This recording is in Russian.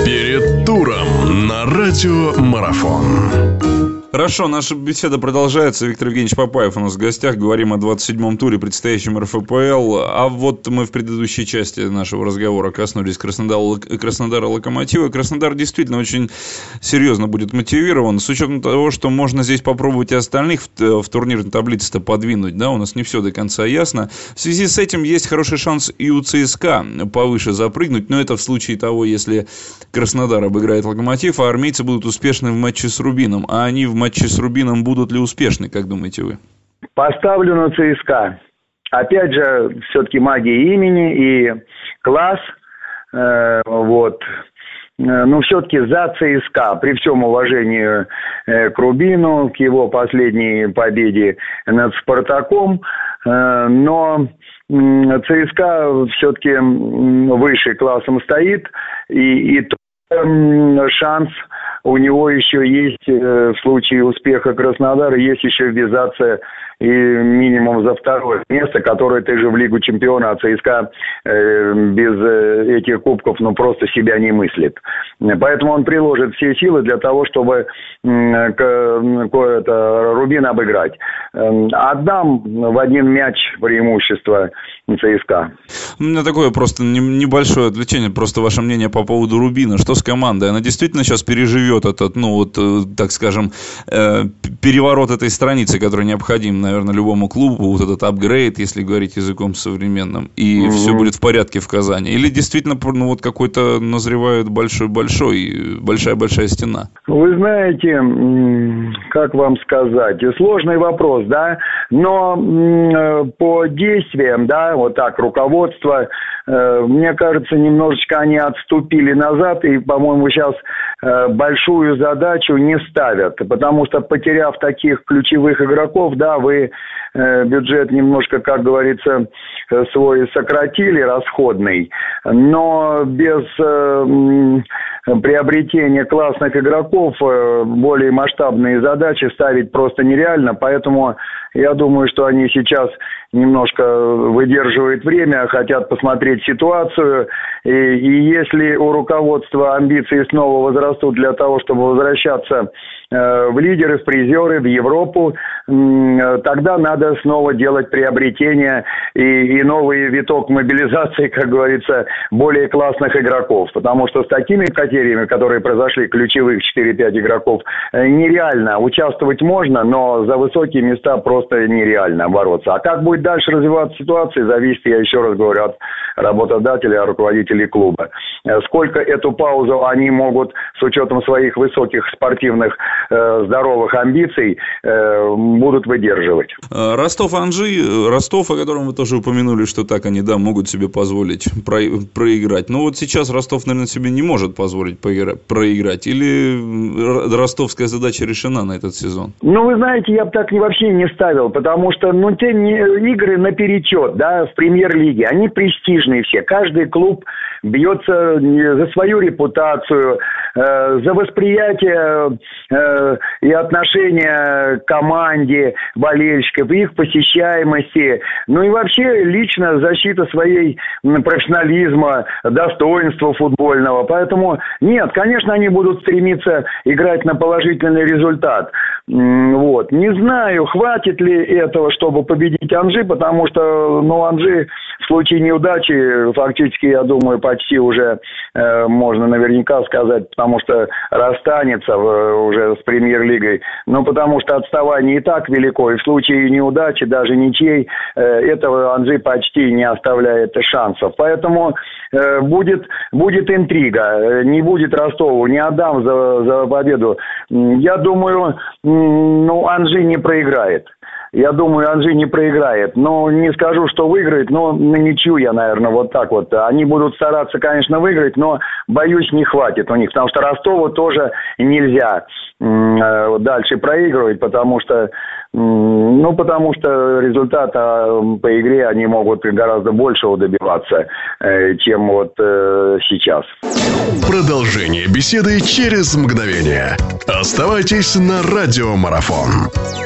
Перед туром на радио Марафон. Хорошо, наша беседа продолжается. Виктор Евгеньевич Папаев у нас в гостях. Говорим о 27-м туре, предстоящем РФПЛ. А вот мы в предыдущей части нашего разговора коснулись Краснодара Локомотива. Краснодар действительно очень серьезно будет мотивирован. С учетом того, что можно здесь попробовать и остальных в турнирной таблице-то подвинуть. Да, у нас не все до конца ясно. В связи с этим есть хороший шанс и у ЦСКА повыше запрыгнуть. Но это в случае того, если Краснодар обыграет Локомотив, а армейцы будут успешны в матче с Рубином. А они в матче с Рубином будут ли успешны, как думаете вы? Поставлю на ЦСКА. Опять же, все-таки магия имени и класс. Вот. Но все-таки за ЦСКА, при всем уважении к Рубину, к его последней победе над Спартаком. Но ЦСКА все-таки выше классом стоит. И шанс у него еще есть в случае успеха Краснодара, есть еще ввязаться и минимум за второе место, которое ты же в Лигу Чемпионов, а ЦСКА без этих кубков просто себя не мыслит. Поэтому он приложит все силы для того, чтобы Рубин обыграть. Отдам в один мяч преимущество ЦСКА. У меня такое просто небольшое отвлечение, просто ваше мнение по поводу Рубина. Что с командой? Она действительно сейчас переживет этот, так скажем, переворот этой страницы, который необходим, наверное, любому клубу, вот этот апгрейд, если говорить языком современным, и все будет в порядке в Казани? Или действительно, какой-то назревает большая стена? Вы знаете, как вам сказать, сложный вопрос, да, но по действиям, да, вот так, руководство, мне кажется, немножечко они отступили назад и, по-моему, сейчас большую задачу не ставят, потому что, потеряв таких ключевых игроков, да, вы бюджет немножко, как говорится, свой сократили, расходный, но без приобретения классных игроков более масштабные задачи ставить просто нереально, поэтому я думаю, что они сейчас немножко выдерживают время, хотят посмотреть ситуацию, и если у руководства амбиции снова возрастут для того, чтобы возвращаться в лидеры, в призеры, в Европу, тогда надо снова делать приобретения и новый виток мобилизации, как говорится, более классных игроков. Потому что с такими потерями, которые произошли, ключевых 4-5 игроков, нереально. Участвовать можно, но за высокие места просто нереально бороться. А как будет дальше развиваться ситуация, зависит, я еще раз говорю, от работодателя, руководителей клуба. Сколько эту паузу они могут, с учетом своих высоких спортивных здоровых амбиций, будут выдерживать. Ростов-Анжи, Ростов, о котором вы тоже упомянули, что так они, да, могут себе позволить проиграть. Но вот сейчас Ростов, наверное, себе не может позволить проиграть. Или ростовская задача решена на этот сезон? Вы знаете, я бы так вообще не ставил, потому что, те игры наперечет, да, в премьер-лиге, они престижные все. Каждый клуб бьется за свою репутацию, за восприятие и отношение к команде болельщиков, их посещаемости, и вообще лично защита своей профессионализма, достоинства футбольного. Поэтому нет, конечно, они будут стремиться играть на положительный результат. Не знаю, хватит ли этого, чтобы победить Анжи, потому что, Анжи в случае неудачи фактически, я думаю, почти уже можно наверняка сказать, потому что расстанется уже с премьер-лигой, потому что отставание и так велико, и в случае неудачи, даже ничьей, этого Анжи почти не оставляет шансов. Поэтому будет интрига, не будет Ростову, не отдам за победу. Я думаю, Анжи не проиграет. Я думаю, Анжи не проиграет. Не скажу, что выиграет, но на ничью я, наверное, вот так вот. Они будут стараться, конечно, выиграть, но, боюсь, не хватит у них. Потому что Ростову тоже нельзя дальше проигрывать, потому что результата по игре они могут гораздо большего добиваться, чем сейчас. Продолжение беседы через мгновение. Оставайтесь на Радио Марафон.